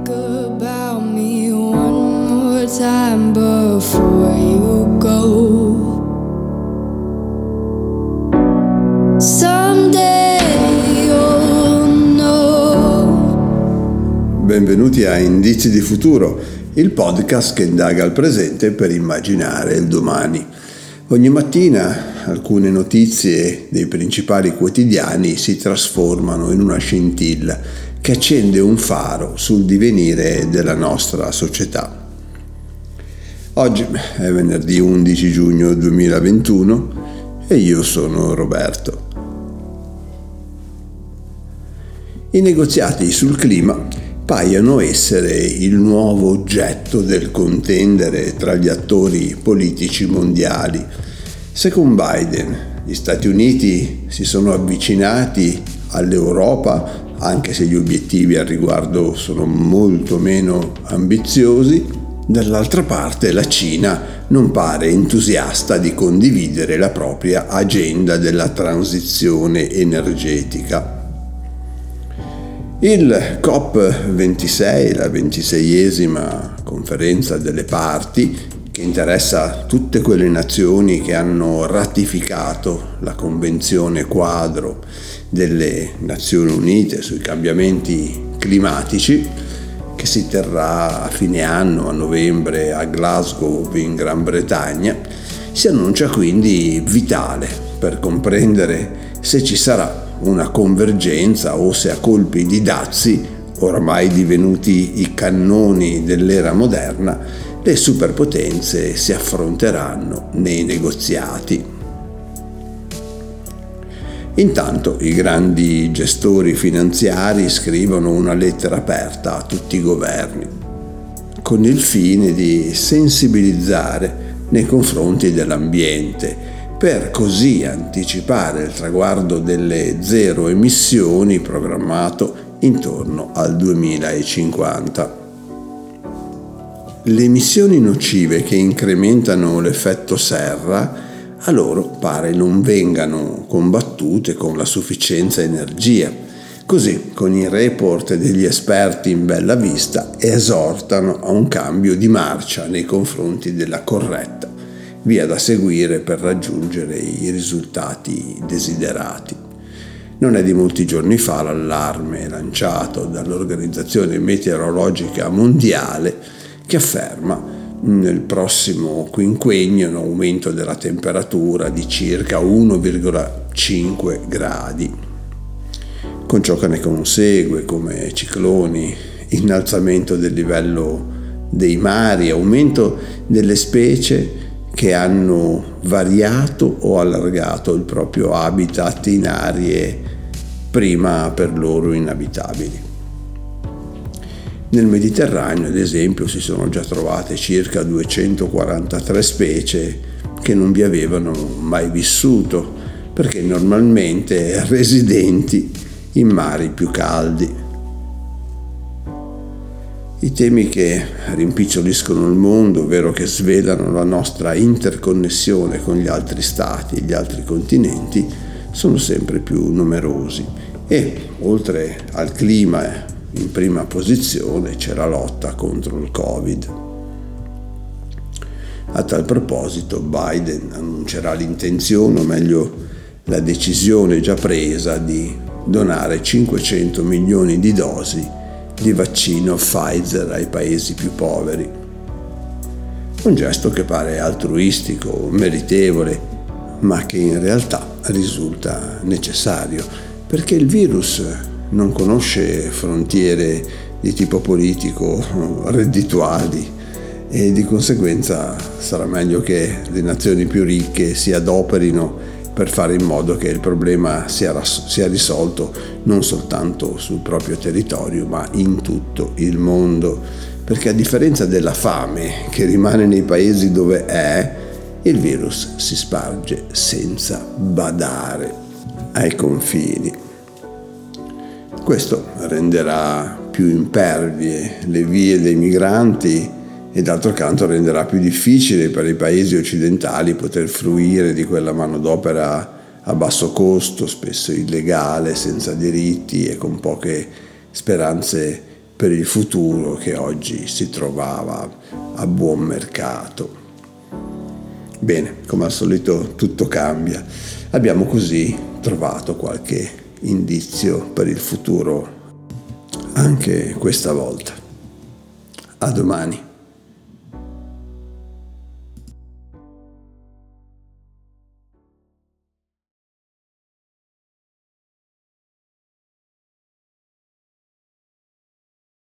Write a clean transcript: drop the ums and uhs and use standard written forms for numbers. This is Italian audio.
think about me one more time before you go. Someday you'll know. Benvenuti a Indizi di Futuro, il podcast che indaga il presente per immaginare il domani. Ogni mattina alcune notizie dei principali quotidiani si trasformano in una scintilla che accende un faro sul divenire della nostra società. Oggi è venerdì 11 giugno 2021 e io sono Roberto. I negoziati sul clima paiono essere il nuovo oggetto del contendere tra gli attori politici mondiali. Secondo Biden, gli Stati Uniti si sono avvicinati all'Europa, anche se gli obiettivi al riguardo sono molto meno ambiziosi. Dall'altra parte la Cina non pare entusiasta di condividere la propria agenda della transizione energetica. Il COP26, la 26esima conferenza delle parti, che interessa tutte quelle nazioni che hanno ratificato la Convenzione quadro delle Nazioni Unite sui cambiamenti climatici, che si terrà a fine anno, a novembre, a Glasgow in Gran Bretagna, si annuncia quindi vitale per comprendere se ci sarà una convergenza o se a colpi di dazi, oramai divenuti i cannoni dell'era moderna, le superpotenze si affronteranno nei negoziati. Intanto i grandi gestori finanziari scrivono una lettera aperta a tutti i governi, con il fine di sensibilizzare nei confronti dell'ambiente, per così anticipare il traguardo delle zero emissioni programmato intorno al 2050. Le emissioni nocive che incrementano l'effetto serra a loro pare non vengano combattute con la sufficienza energia. Così, con i report degli esperti in bella vista, esortano a un cambio di marcia nei confronti della corretta via da seguire per raggiungere i risultati desiderati. Non è di molti giorni fa l'allarme lanciato dall'Organizzazione Meteorologica Mondiale che afferma nel prossimo quinquennio un aumento della temperatura di circa 1,5 gradi, con ciò che ne consegue come cicloni, innalzamento del livello dei mari, aumento delle specie che hanno variato o allargato il proprio habitat in aree prima per loro inabitabili. Nel Mediterraneo, ad esempio, si sono già trovate circa 243 specie che non vi avevano mai vissuto, perché normalmente residenti in mari più caldi. I temi che rimpiccioliscono il mondo, ovvero che svelano la nostra interconnessione con gli altri stati e gli altri continenti, sono sempre più numerosi e, oltre al clima in prima posizione, c'è la lotta contro il Covid. A tal proposito, Biden annuncerà l'intenzione, o meglio la decisione già presa, di donare 500 milioni di dosi di vaccino Pfizer ai paesi più poveri. Un gesto che pare altruistico, meritevole, ma che in realtà risulta necessario, perché il virus non conosce frontiere di tipo politico, reddituali, e di conseguenza sarà meglio che le nazioni più ricche si adoperino per fare in modo che il problema sia risolto non soltanto sul proprio territorio, ma in tutto il mondo. Perché a differenza della fame che rimane nei paesi dove è, il virus si sparge senza badare ai confini. Questo renderà più impervie le vie dei migranti e d'altro canto renderà più difficile per i paesi occidentali poter fruire di quella manodopera a basso costo, spesso illegale, senza diritti e con poche speranze per il futuro che oggi si trovava a buon mercato. Bene, come al solito tutto cambia. Abbiamo così trovato qualche indizio per il futuro anche questa volta. A domani.